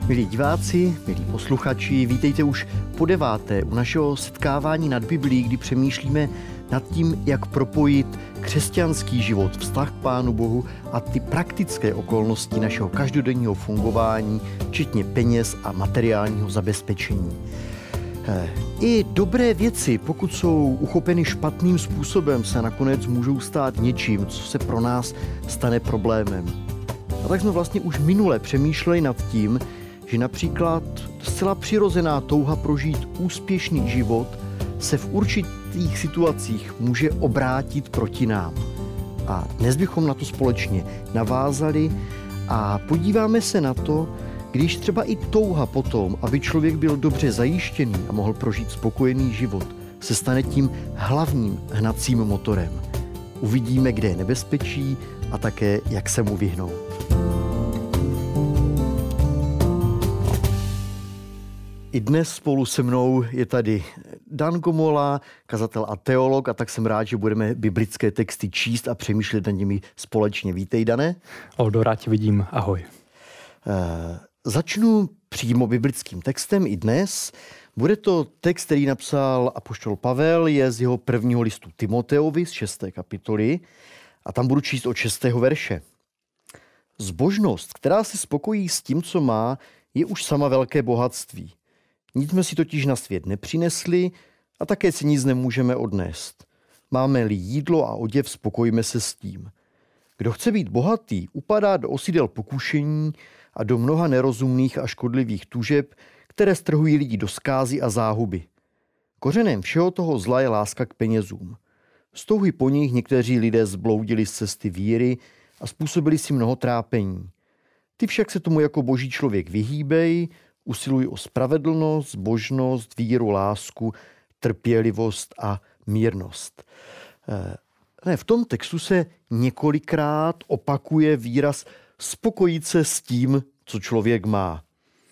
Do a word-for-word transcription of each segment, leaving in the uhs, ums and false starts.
Milí diváci, milí posluchači, vítejte už po deváté u našeho setkávání nad Biblií, kdy přemýšlíme nad tím, jak propojit křesťanský život, vztah k Pánu Bohu a ty praktické okolnosti našeho každodenního fungování, včetně peněz a materiálního zabezpečení. I dobré věci, pokud jsou uchopeny špatným způsobem, se nakonec můžou stát něčím, co se pro nás stane problémem. A tak jsme vlastně už minule přemýšleli nad tím, že například zcela přirozená touha prožít úspěšný život se v určitých situacích může obrátit proti nám. A dnes bychom na to společně navázali a podíváme se na to, když třeba i touha potom, aby člověk byl dobře zajištěný a mohl prožít spokojený život, se stane tím hlavním hnacím motorem. Uvidíme, kde je nebezpečí a také, jak se mu vyhnout. I dnes spolu se mnou je tady Dan Gomola, kazatel a teolog, a tak jsem rád, že budeme biblické texty číst a přemýšlet nad nimi společně. Vítej, Dane. Oldo, rád tě vidím. Ahoj. Uh, začnu přímo biblickým textem i dnes. Bude to text, který napsal apoštol Pavel, je z jeho prvního listu Timoteovi z šesté kapitoly a tam budu číst od šestého verše. Zbožnost, která se spokojí s tím, co má, je už sama velké bohatství. Nic jsme si totiž na svět nepřinesli a také si nic nemůžeme odnést. Máme-li jídlo a oděv, spokojíme se s tím. Kdo chce být bohatý, upadá do osidel pokušení a do mnoha nerozumných a škodlivých tužeb, které strhují lidi do zkázy a záhuby. Kořenem všeho toho zla je láska k penězům. Z touhy po nich někteří lidé zbloudili z cesty víry a způsobili si mnoho trápení. Ty však se tomu jako boží člověk vyhýbej, usiluj o spravedlnost, zbožnost, víru, lásku, trpělivost a mírnost. Ne, v tom textu se několikrát opakuje výraz spokojit se s tím, co člověk má.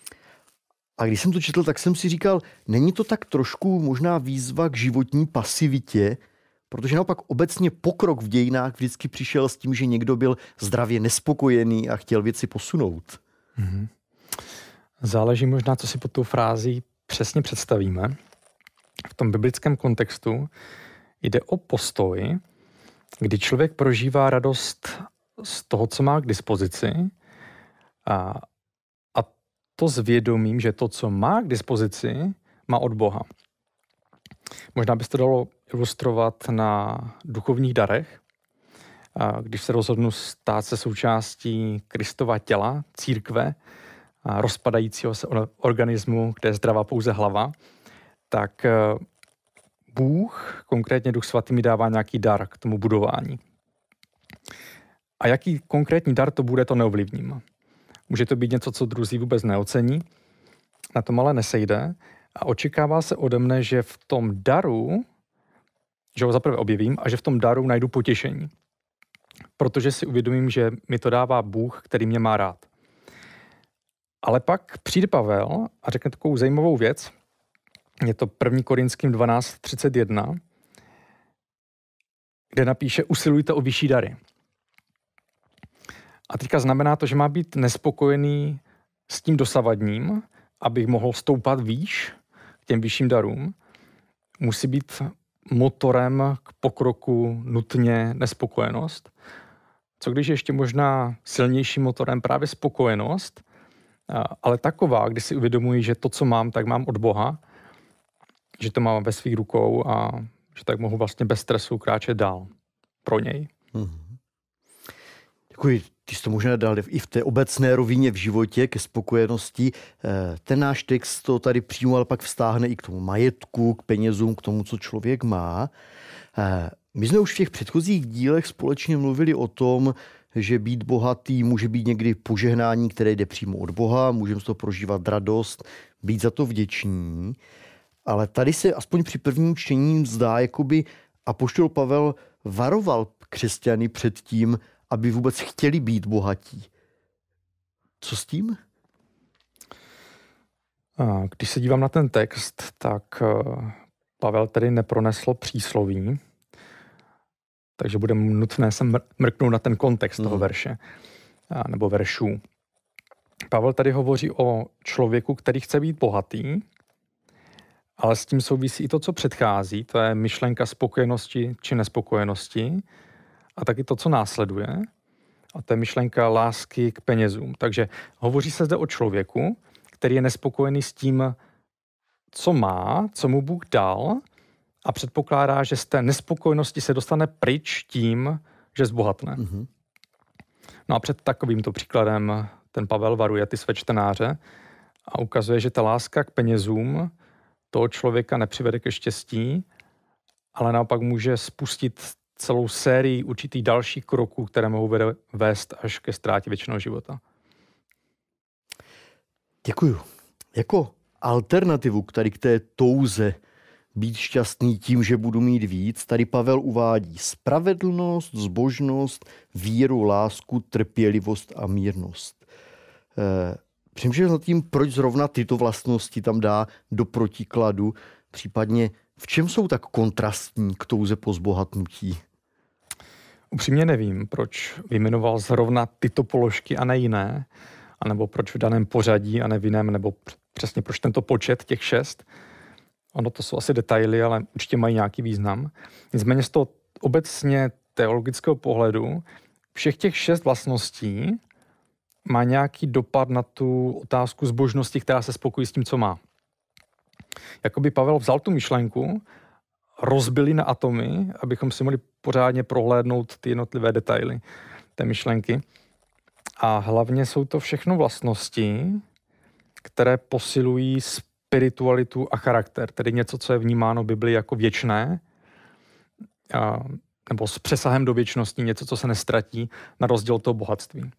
A když jsem to četl, tak jsem si říkal, není to tak trošku možná výzva k životní pasivitě, protože naopak obecně pokrok v dějinách vždycky přišel s tím, že někdo byl zdravě nespokojený a chtěl věci posunout. Mm-hmm. Záleží možná, co si pod tou frází přesně představíme. V tom biblickém kontextu jde o postoj, kdy člověk prožívá radost z toho, co má k dispozici a, a to s vědomím, že to, co má k dispozici, má od Boha. Možná by se to dalo ilustrovat na duchovních darech. A když se rozhodnu stát se součástí Kristova těla, církve, a rozpadajícího se organismu, kde je zdravá pouze hlava, tak Bůh, konkrétně Duch Svatý, mi dává nějaký dar k tomu budování. A jaký konkrétní dar to bude, to neovlivním. Může to být něco, co druzí vůbec neocení, na tom ale nesejde a očekává se ode mne, že v tom daru, že ho zaprvé objevím a že v tom daru najdu potěšení. Protože si uvědomím, že mi to dává Bůh, který mě má rád. Ale pak přijde Pavel a řekne takovou zajímavou věc. Je to první Korinským dvanáct třicet jedna, kde napíše usilujte o vyšší dary. A teďka znamená to, že má být nespokojený s tím dosavadním, abych mohl stoupat výš k těm vyšším darům. Musí být motorem k pokroku nutně nespokojenost. Co když ještě možná silnějším motorem právě spokojenost, ale taková, kdy si uvědomuji, že to, co mám, tak mám od Boha, že to mám ve svých rukou a že tak mohu vlastně bez stresu kráčet dál pro něj. Hmm. Děkuji. Ty jsi to možná dal i v té obecné rovině v životě ke spokojenosti. Ten náš text to tady přímo ale pak vztáhne i k tomu majetku, k penězům, k tomu, co člověk má. My jsme už v těch předchozích dílech společně mluvili o tom, že být bohatý může být někdy požehnání, které jde přímo od Boha, můžeme z toho prožívat radost, být za to vděční. Ale tady se aspoň při prvním čtení zdá, jakoby apoštol Pavel varoval křesťany před tím, aby vůbec chtěli být bohatí. Co s tím? Když se dívám na ten text, tak Pavel tedy nepronesl přísloví, takže bude nutné se mrknout na ten kontext toho verše nebo veršů. Pavel tady hovoří o člověku, který chce být bohatý, ale s tím souvisí i to, co předchází, to je myšlenka spokojenosti či nespokojenosti a taky to, co následuje, a to je myšlenka lásky k penězům. Takže hovoří se zde o člověku, který je nespokojený s tím, co má, co mu Bůh dal a předpokládá, že z té nespokojenosti se dostane pryč tím, že zbohatne. Mm-hmm. No a před takovýmto příkladem ten Pavel varuje ty své čtenáře a ukazuje, že ta láska k penězům toho člověka nepřivede ke štěstí, ale naopak může spustit celou sérii určitých dalších kroků, které mohou vést až ke ztrátě věčného života. Děkuju. Jako alternativu k tady k té touze být šťastný tím, že budu mít víc, tady Pavel uvádí spravedlnost, zbožnost, víru, lásku, trpělivost a mírnost. E, přemýšlím nad tím, proč zrovna tyto vlastnosti tam dá do protikladu, případně v čem jsou tak kontrastní k touze po zbohatnutí? Upřímně nevím, proč vyjmenoval zrovna tyto položky a ne jiné, anebo proč v daném pořadí a ne v jiném, nebo přesně proč tento počet, těch šest. Ono to jsou asi detaily, ale určitě mají nějaký význam. Nicméně z toho obecně teologického pohledu všech těch šest vlastností má nějaký dopad na tu otázku zbožnosti, která se spokojí s tím, co má. Jakoby Pavel vzal tu myšlenku, rozbili na atomy, abychom si mohli pořádně prohlédnout ty jednotlivé detaily té myšlenky. A hlavně jsou to všechno vlastnosti, které posilují spiritualitu a charakter, tedy něco, co je vnímáno v Biblii jako věčné, a, nebo s přesahem do věčnosti, něco, co se nestratí, na rozdíl toho bohatství.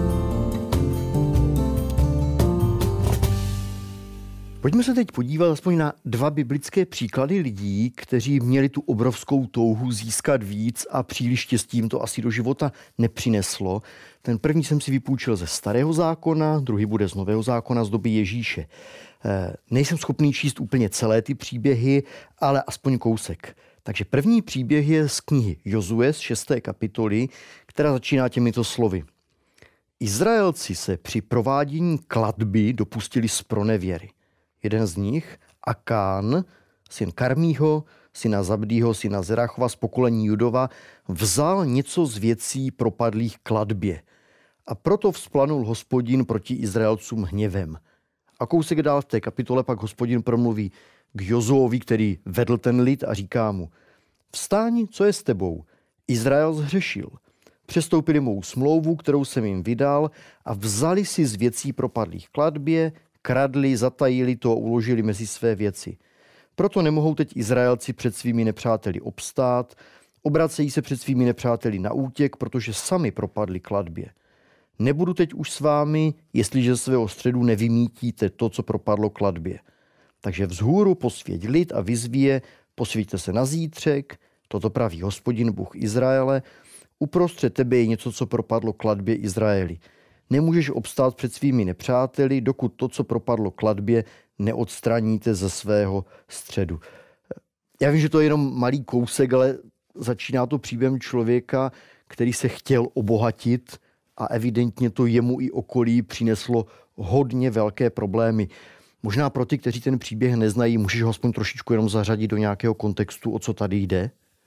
Pojďme se teď podívat aspoň na dva biblické příklady lidí, kteří měli tu obrovskou touhu získat víc a příliš štěstí jim to asi do života nepřineslo. Ten první jsem si vypůjčil ze Starého zákona, druhý bude z Nového zákona z doby Ježíše. E, nejsem schopný číst úplně celé ty příběhy, ale aspoň kousek. Takže první příběh je z knihy Jozue z šesté kapitoly, která začíná těmito slovy. Izraelci se při provádění klatby dopustili zpronevěry. Jeden z nich, Akán, syn Karmího, syna Zabdího, syna Zerachova z pokolení Judova, vzal něco z věcí propadlých klatbě. A proto vzplanul Hospodin proti Izraelcům hněvem. A kousek dál v té kapitole pak Hospodin promluví k Jozuovi, který vedl ten lid a říká mu: Vstáň, co je s tebou? Izrael zhřešil. Přestoupili mou smlouvu, kterou jsem jim vydal, a vzali si z věcí propadlých klatbě, kradli, zatajili to a uložili mezi své věci. Proto nemohou teď Izraelci před svými nepřáteli obstát, obracejí se před svými nepřáteli na útěk, protože sami propadli klatbě. Nebudu teď už s vámi, jestliže ze svého středu nevymítíte to, co propadlo klatbě. Takže vzhůru posvěť lid a vyzví je, posvěďte se na zítřek, toto praví Hospodin Bůh Izraele, uprostřed tebe je něco, co propadlo klatbě Izraeli. Nemůžeš obstát před svými nepřáteli, dokud to, co propadlo klatbě, neodstraníte ze svého středu. Já vím, že to je jenom malý kousek, ale začíná to příběhem člověka, který se chtěl obohatit a evidentně to jemu i okolí přineslo hodně velké problémy. Možná pro ty, kteří ten příběh neznají, můžeš ho aspoň trošičku jenom zařadit do nějakého kontextu, o co tady jde?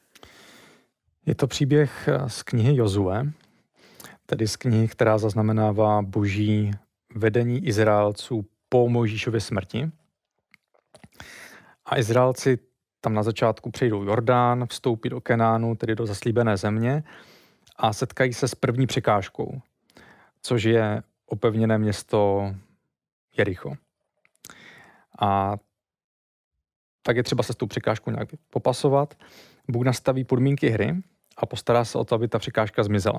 Je to příběh z knihy Jozue, tedy z knihy, která zaznamenává boží vedení Izraelců po Mojžíšově smrti. A Izraelci tam na začátku přejdou Jordán, vstoupí do Kenánu, tedy do zaslíbené země, a setkají se s první překážkou, což je opevněné město Jericho. A tak je třeba se s tou překážkou nějak popasovat. Bůh nastaví podmínky hry a postará se o to, aby ta překážka zmizela.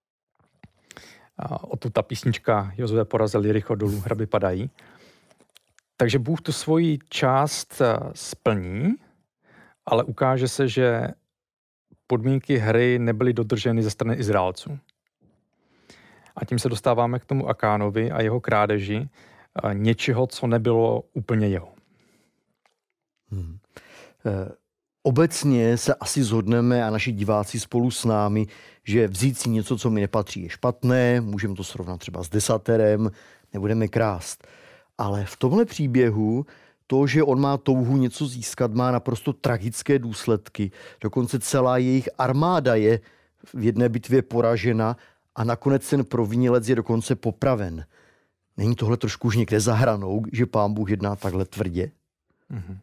A o tu ta písnička Jozue porazil Jericho, dolů hraby padají. Takže Bůh tu svoji část splní, ale ukáže se, že podmínky hry nebyly dodrženy ze strany Izraelců. A tím se dostáváme k tomu Akánovi a jeho krádeži něčeho, co nebylo úplně jeho. Hmm. E, obecně se asi shodneme a naši diváci spolu s námi, že vzít si něco, co mi nepatří, je špatné, můžeme to srovnat třeba s desaterem, nebudeme krást. Ale v tomhle příběhu to, že on má touhu něco získat, má naprosto tragické důsledky. Dokonce celá jejich armáda je v jedné bitvě poražena a nakonec ten provinilec je dokonce popraven. Není tohle trošku už někde za hranou, že Pán Bůh jedná takhle tvrdě? Mm-hmm.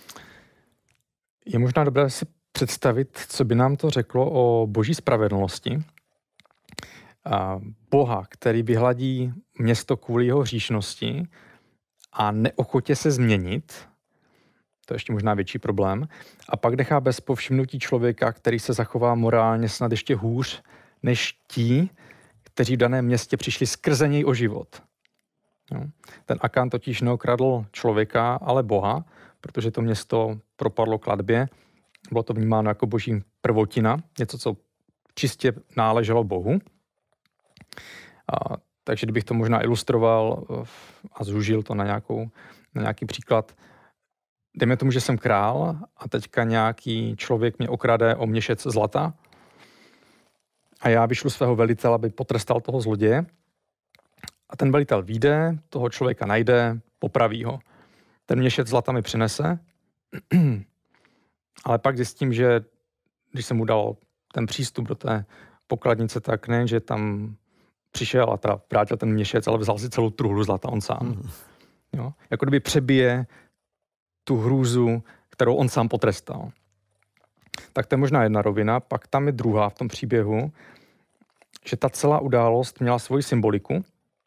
Je možná dobré si představit, co by nám to řeklo o boží spravedlnosti. A Boha, který vyhladí město kvůli jeho hříšnosti a neochotě se změnit, to je ještě možná větší problém, a pak nechá bez povšimnutí člověka, který se zachová morálně snad ještě hůř, než ti, kteří v daném městě přišli skrze něj o život. Jo. Ten Akán totiž neokradl člověka, ale Boha, protože to město propadlo klatbě. Bylo to vnímáno jako boží prvotina, něco, co čistě náleželo Bohu. A, takže kdybych to možná ilustroval a zúžil to na, nějakou, na nějaký příklad, dejme tomu, že jsem král a teďka nějaký člověk mě okrade o měšec zlata a já vyšlu svého velitele, aby potrestal toho zloděje. A ten velitel vyjde, toho člověka najde, popraví ho. Ten měšec zlata mi přinese, ale pak zjistím, že když jsem mu dal ten přístup do té pokladnice, tak nejen, že tam přišel a teda vrátil ten měšec, ale vzal si celou truhlu zlata on sám. Mm. Jo? Jako kdyby přebije tu hrůzu, kterou on sám potrestal. Tak to je možná jedna rovina. Pak tam je druhá v tom příběhu, že ta celá událost měla svoji symboliku.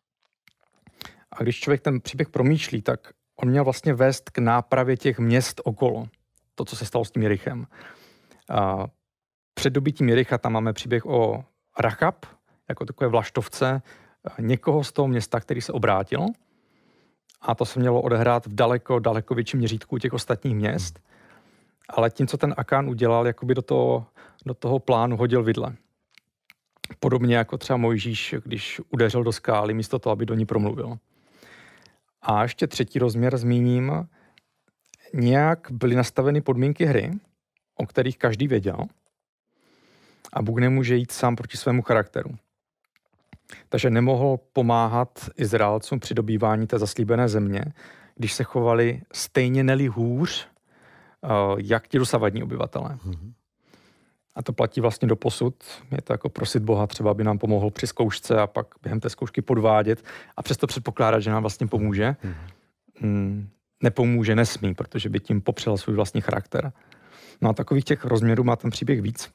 A když člověk ten příběh promýšlí, tak on měl vlastně vést k nápravě těch měst okolo. To, co se stalo s tím Jerichem. A před dobytím Jericha tam máme příběh o Rachab, jako takové vlaštovce, někoho z toho města, který se obrátil. A to se mělo odehrát v daleko, daleko větším měřítku těch ostatních měst. Ale tím, co ten Akán udělal, jakoby do toho, do toho plánu hodil vidle. Podobně jako třeba Mojžíš, když udeřil do skály, místo toho, aby do ní promluvil. A ještě třetí rozměr zmíním. Nějak byly nastaveny podmínky hry, o kterých každý věděl. A Bůh nemůže jít sám proti svému charakteru. Takže nemohl pomáhat Izraelcům při dobývání té zaslíbené země, když se chovali stejně neli hůř, jak ti dosavadní obyvatelé. Mm-hmm. A to platí vlastně do posud. Je to jako prosit Boha třeba, aby nám pomohl při zkoušce a pak během té zkoušky podvádět a přesto předpokládat, že nám vlastně pomůže. Mm-hmm. Mm, nepomůže, nesmí, protože by tím popřel svůj vlastní charakter. No a takových těch rozměrů má ten příběh víc.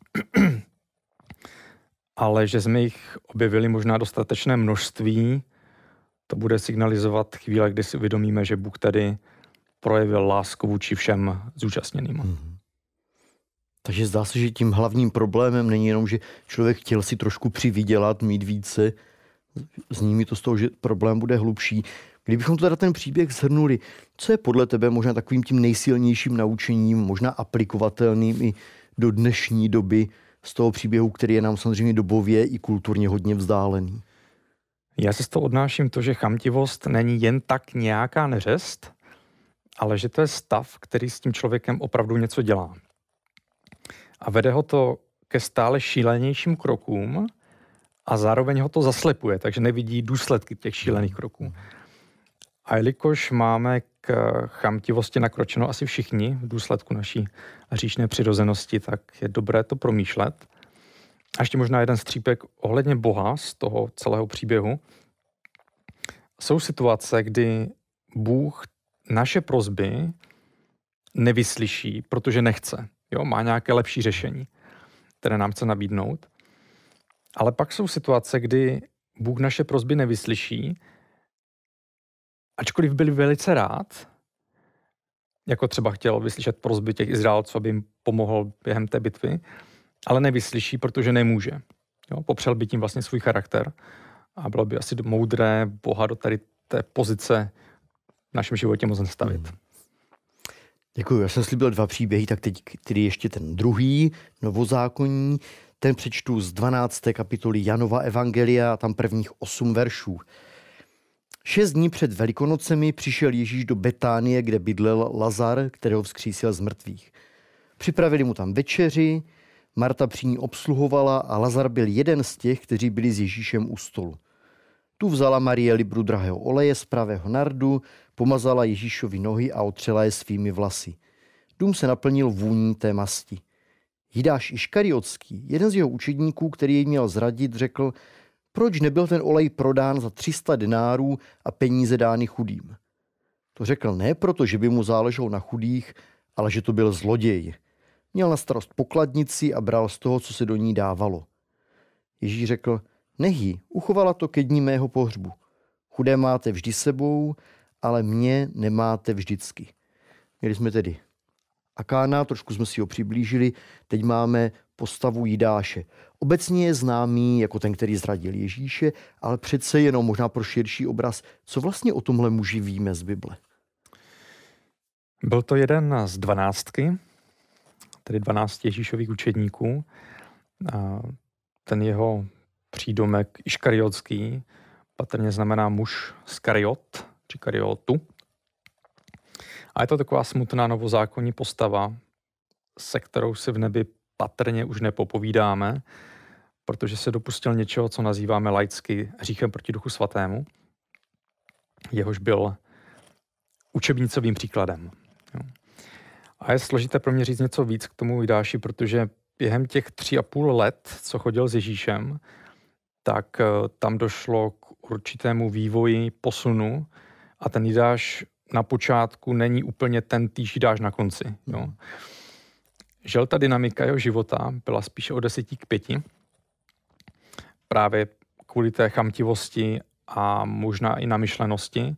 Ale že jsme jich objevili možná dostatečné množství, to bude signalizovat chvíle, kdy si uvědomíme, že Bůh tady projevil lásku vůči všem zúčastněným. Hmm. Takže zdá se, že tím hlavním problémem není jenom, že člověk chtěl si trošku přivydělat, mít více. Zní mi to z toho, že problém bude hlubší. Kdybychom teda ten příběh shrnuli, co je podle tebe možná takovým tím nejsilnějším naučením, možná aplikovatelným i do dnešní doby z toho příběhu, který je nám samozřejmě dobově i kulturně hodně vzdálený? Já se z toho odnáším to, že chamtivost není jen tak nějaká neřest, ale že to je stav, který s tím člověkem opravdu něco dělá. A vede ho to ke stále šílenějším krokům a zároveň ho to zaslepuje, takže nevidí důsledky těch šílených kroků. A jelikož máme k chamtivosti nakročeno asi všichni v důsledku naší hříšné přirozenosti, tak je dobré to promýšlet. A ještě možná jeden střípek ohledně Boha z toho celého příběhu. Jsou situace, kdy Bůh naše prosby nevyslyší, protože nechce. Jo, má nějaké lepší řešení, které nám chce nabídnout. Ale pak jsou situace, kdy Bůh naše prosby nevyslyší, ačkoliv byl velice rád, jako třeba chtěl vyslyšet prosby těch Izraelců, aby jim pomohl během té bitvy, ale nevyslyší, protože nemůže. Jo, popřel by tím vlastně svůj charakter a bylo by asi moudré Boha do tady té pozice v našem životě moc nastavit. Hmm. Děkuji. Já jsem slíbil dva příběhy, tak teď tedy ještě ten druhý, novozákonní. Ten přečtu z dvanácté kapitoly Janova evangelia, tam prvních osm veršů. Šest dní před Velikonocemi přišel Ježíš do Betánie, kde bydlel Lazar, kterého vzkřísil z mrtvých. Připravili mu tam večeři, Marta při ní obsluhovala a Lazar byl jeden z těch, kteří byli s Ježíšem u stolu. Tu vzala Marie libru drahého oleje z pravého nardu, pomazala Ježíšovi nohy a otřela je svými vlasy. Dům se naplnil vůní té masti. Jidáš Iškariotský, jeden z jeho učedníků, který jej měl zradit, řekl, proč nebyl ten olej prodán za tři sta denárů a peníze dány chudým. To řekl ne proto, že by mu záleželo na chudých, ale že to byl zloděj. Měl na starost pokladnici a bral z toho, co se do ní dávalo. Ježíš řekl, nehy, uchovala to ke dní mého pohřbu. Chudé máte vždy sebou, ale mě nemáte vždycky. Měli jsme tedy Akána, trošku jsme si ho přiblížili, teď máme postavu Jidáše. Obecně je známý jako ten, který zradil Ježíše, ale přece jenom možná pro širší obraz, co vlastně o tomhle muži víme z Bible. Byl to jeden z dvanáctky, tedy dvanáct Ježíšových učedníků. A ten jeho přídomek Iškariotský patrně znamená muž z Kariot, či Kariotu. A je to taková smutná novozákonní postava, se kterou si v nebi patrně už nepopovídáme, protože se dopustil něčeho, co nazýváme laicky hříchem proti Duchu svatému, jehož byl učebnicovým příkladem. Jo. A je složité pro mě říct něco víc k tomu Jidáši, protože během těch tři a půl let, co chodil s Ježíšem, tak tam došlo k určitému vývoji, posunu a ten Jidáš na počátku není úplně ten týž Jidáš na konci. Jo. Žel ta dynamika jeho života byla spíše od deseti k pěti. Právě kvůli té chamtivosti a možná i namyšlenosti.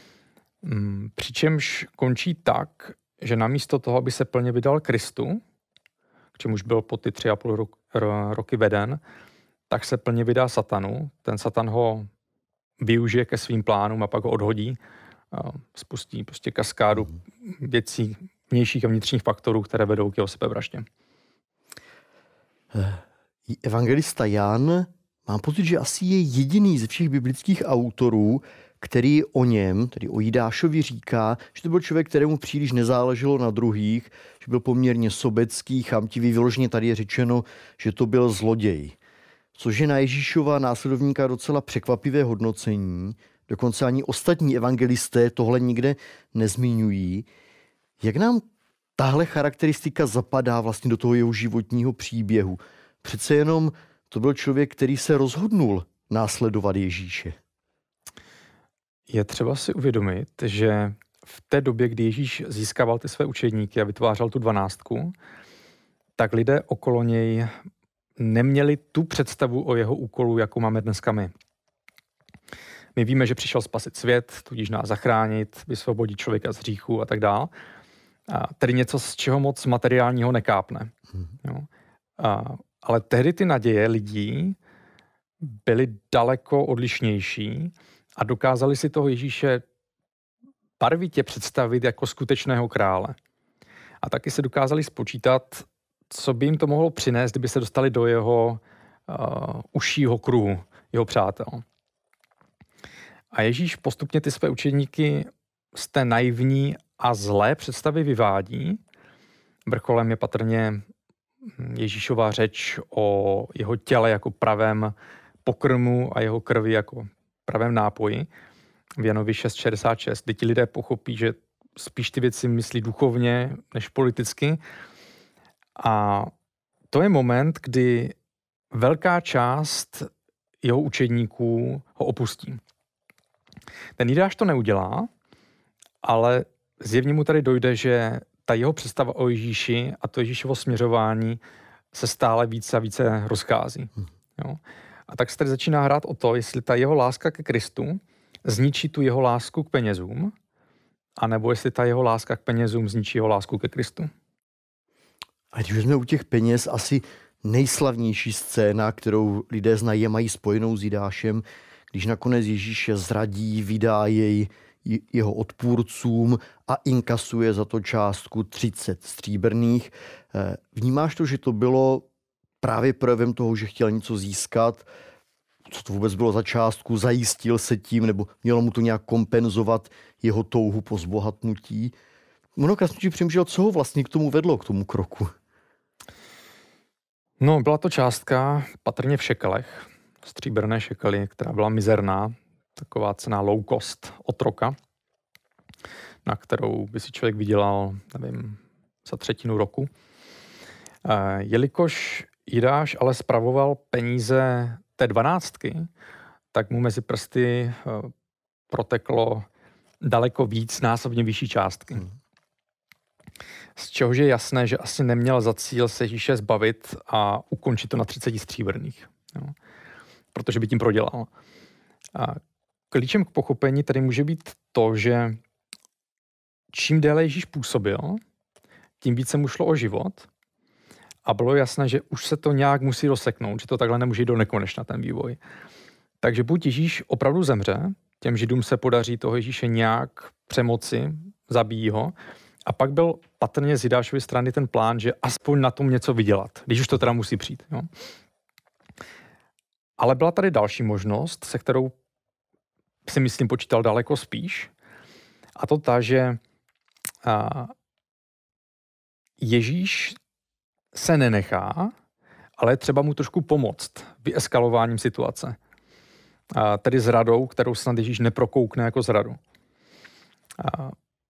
Přičemž končí tak, že namísto toho, aby se plně vydal Kristu, k čemuž byl po ty tři a půl roky veden, tak se plně vydá satanu. Ten satan ho využije ke svým plánům a pak ho odhodí. Spustí prostě kaskádu věcí, vnějších a vnitřních faktorů, které vedou k jeho sebevraždě. Evangelista Jan, mám pocit, že asi je jediný ze všech biblických autorů, který o něm, tedy o Jidášovi, říká, že to byl člověk, kterému příliš nezáleželo na druhých, že byl poměrně sobecký, chamtivý. Vyloženě tady je řečeno, že to byl zloděj. Což je na Ježíšova následovníka docela překvapivé hodnocení. Dokonce ani ostatní evangelisté tohle nikde nezmiňují. Jak nám tahle charakteristika zapadá vlastně do toho jeho životního příběhu? Přece jenom to byl člověk, který se rozhodnul následovat Ježíše. Je třeba si uvědomit, že v té době, kdy Ježíš získával ty své učedníky a vytvářel tu dvanáctku, tak lidé okolo něj neměli tu představu o jeho úkolu, jakou máme dneska my. My víme, že přišel spasit svět, tudíž nás zachránit, vysvobodit člověka z hříchu a tak dále. A tedy něco, z čeho moc materiálního nekápne. Hmm. Jo. A, ale tehdy ty naděje lidí byly daleko odlišnější a dokázali si toho Ježíše barvitě představit jako skutečného krále. A taky se dokázali spočítat, co by jim to mohlo přinést, kdyby se dostali do jeho uh, užšího kruhu, jeho přátel. A Ježíš postupně ty své učedníky z té naivní a zlé představy vyvádí. Vrcholem je patrně Ježíšova řeč o jeho těle jako pravém pokrmu a jeho krvi jako pravém nápoji. V Janovi šest šedesát šest, kdy ti lidé pochopí, že spíš ty věci myslí duchovně než politicky. A to je moment, kdy velká část jeho učedníků ho opustí. Ten Jidáš to neudělá, ale zjevně mu tady dojde, že ta jeho představa o Ježíši a to Ježíšovo směřování se stále více a více rozchází. Jo? A tak se tady začíná hrát o to, jestli ta jeho láska ke Kristu zničí tu jeho lásku k penězům, anebo jestli ta jeho láska k penězům zničí jeho lásku ke Kristu. A když jsme u těch peněz, asi nejslavnější scéna, kterou lidé znají a mají spojenou s Jidášem, když nakonec Ježíše zradí, vydá jej jeho odpůrcům a inkasuje za to částku třicet stříbrných. Vnímáš to, že to bylo právě projevem toho, že chtěl něco získat? Co to vůbec bylo za částku? Zajistil se tím, nebo mělo mu to nějak kompenzovat jeho touhu po zbohatnutí? Mnohokrát jsem si přemýšlel, co ho vlastně k tomu vedlo, k tomu kroku. No, byla to částka patrně v šekelech, stříbrné šekely, která byla mizerná taková cena low cost otroka, na kterou by si člověk vydělal, nevím, za třetinu roku. Jelikož Jidáš ale spravoval peníze té dvanáctky, tak mu mezi prsty proteklo daleko víc, násobně vyšší částky. Hmm. Z čehož je jasné, že asi neměl za cíl se Ježíše zbavit a ukončit to na třiceti stříbrných. Jo. Protože by tím prodělal. A klíčem k pochopení tady může být to, že čím déle Ježíš působil, tím více mu šlo o život a bylo jasné, že už se to nějak musí rozseknout, že to takhle nemůže jít do nekonečna ten vývoj. Takže buď Ježíš opravdu zemře, těm Židům se podaří toho Ježíše nějak přemoci, zabijí ho, a pak byl patrně z Jidášovy strany ten plán, že aspoň na tom něco vydělat, když už to teda musí přijít. Jo. Ale byla tady další možnost, se kterou si myslím počítal daleko spíš, a to ta, že a, Ježíš se nenechá, ale třeba mu trošku pomoct vyeskalováním situace. A tedy s radou, kterou snad Ježíš neprokoukne jako zradu. A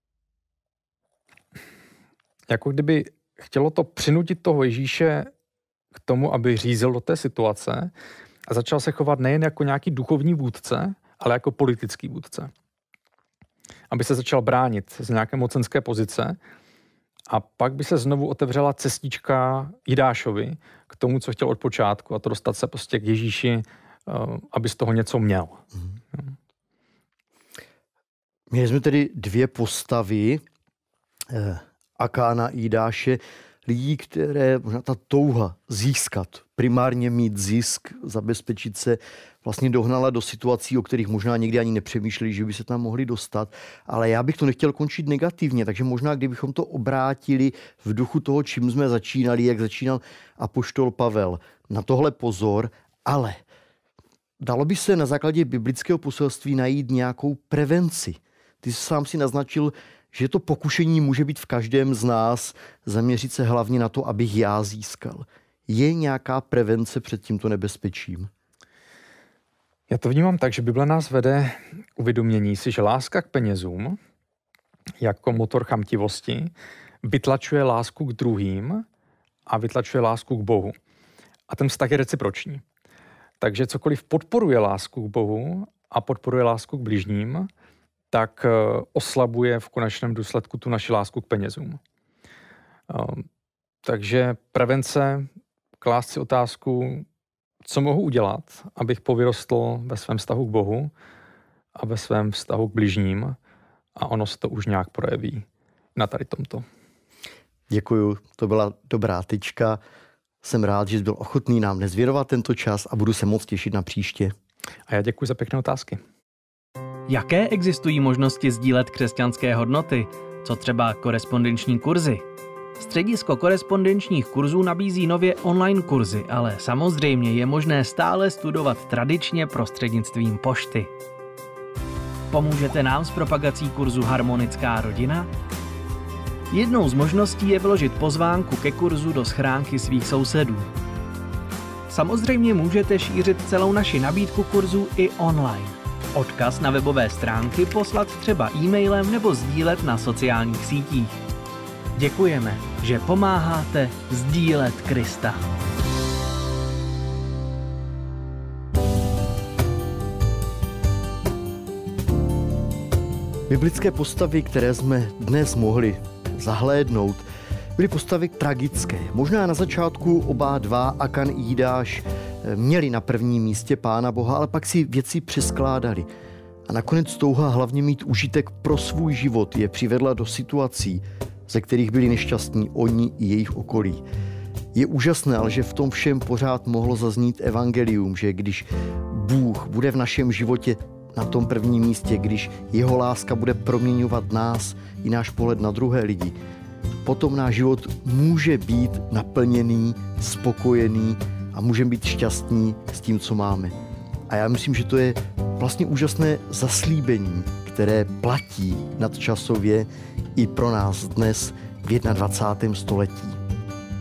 jako kdyby chtělo to přinutit toho Ježíše k tomu, aby řízl do té situace a začal se chovat nejen jako nějaký duchovní vůdce, ale jako politický vůdce. Aby se začal bránit z nějaké mocenské pozice a pak by se znovu otevřela cestička Jidášovi k tomu, co chtěl od počátku, a to dostat se prostě k Ježíši, aby z toho něco měl. Hmm. Měli jsme tedy dvě postavy, eh, Akána a Jidáše, lidí, které možná ta touha získat, primárně mít zisk, zabezpečit se, vlastně dohnala do situací, o kterých možná někdy ani nepřemýšleli, že by se tam mohli dostat. Ale já bych to nechtěl končit negativně, takže možná, kdybychom to obrátili v duchu toho, čím jsme začínali, jak začínal apoštol Pavel. Na tohle pozor, ale dalo by se na základě biblického poselství najít nějakou prevenci. Ty sám si naznačil, že to pokušení může být v každém z nás, zaměřit se hlavně na to, abych já získal. Je nějaká prevence před tímto nebezpečím? Já to vnímám tak, že Bible nás vede uvědomění si, že láska k penězům jako motor chamtivosti vytlačuje lásku k druhým a vytlačuje lásku k Bohu. A ten vztah je reciproční. Takže cokoliv podporuje lásku k Bohu a podporuje lásku k bližním, tak oslabuje v konečném důsledku tu naši lásku k penězům. Takže prevence, klást si otázku, co mohu udělat, abych povyrostl ve svém vztahu k Bohu a ve svém vztahu k bližním, a ono se to už nějak projeví na tady tomto. Děkuju, to byla dobrá tyčka. Jsem rád, že jsi byl ochotný nám dnes věnovat tento čas a budu se moc těšit na příště. A já děkuji za pěkné otázky. Jaké existují možnosti sdílet křesťanské hodnoty? Co třeba korespondenční kurzy? Středisko korespondenčních kurzů nabízí nově online kurzy, ale samozřejmě je možné stále studovat tradičně prostřednictvím pošty. Pomůžete nám s propagací kurzu Harmonická rodina? Jednou z možností je vložit pozvánku ke kurzu do schránky svých sousedů. Samozřejmě můžete šířit celou naši nabídku kurzů i online. Odkaz na webové stránky poslat třeba e-mailem nebo sdílet na sociálních sítích. Děkujeme, že pomáháte sdílet Krista. Biblické postavy, které jsme dnes mohli zahlédnout, byly postavy tragické. Možná na začátku oba dva, Akan i Jidáš, měli na prvním místě Pána Boha, ale pak si věci přeskládali. A nakonec touha hlavně mít užitek pro svůj život je přivedla do situací, ze kterých byli nešťastní oni i jejich okolí. Je úžasné, ale že v tom všem pořád mohlo zaznít evangelium, že když Bůh bude v našem životě na tom prvním místě, když jeho láska bude proměňovat nás i náš pohled na druhé lidi, potom náš život může být naplněný, spokojený a můžeme být šťastní s tím, co máme. A já myslím, že to je vlastně úžasné zaslíbení, které platí nadčasově i pro nás dnes v dvacátém prvním století.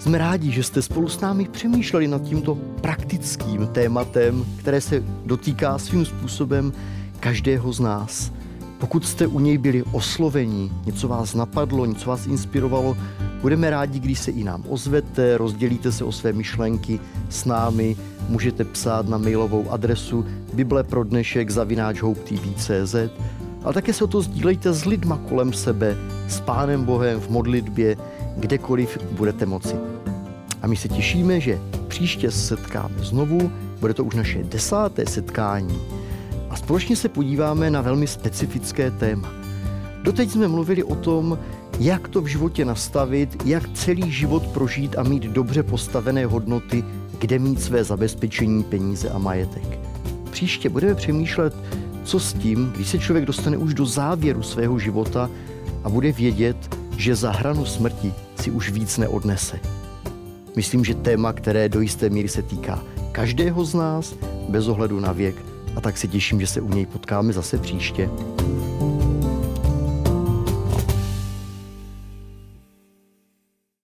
Jsme rádi, že jste spolu s námi přemýšleli nad tímto praktickým tématem, které se dotýká svým způsobem každého z nás. Pokud jste u něj byli osloveni, něco vás napadlo, něco vás inspirovalo, budeme rádi, když se i nám ozvete, rozdělíte se o své myšlenky s námi, můžete psát na mailovou adresu bibleprodnešek zavináč hopetv tečka cé zet, ale také se o to sdílejte s lidma kolem sebe, s Pánem Bohem v modlitbě, kdekoliv budete moci. A my se těšíme, že příště se setkáme znovu, bude to už naše desáté setkání a společně se podíváme na velmi specifické téma. Doteď jsme mluvili o tom, jak to v životě nastavit, jak celý život prožít a mít dobře postavené hodnoty, kde mít své zabezpečení, peníze a majetek. Příště budeme přemýšlet, co s tím, když se člověk dostane už do závěru svého života a bude vědět, že za hranu smrti si už víc neodnese. Myslím, že téma, které do jisté míry se týká každého z nás, bez ohledu na věk, a tak se těším, že se u něj potkáme zase příště.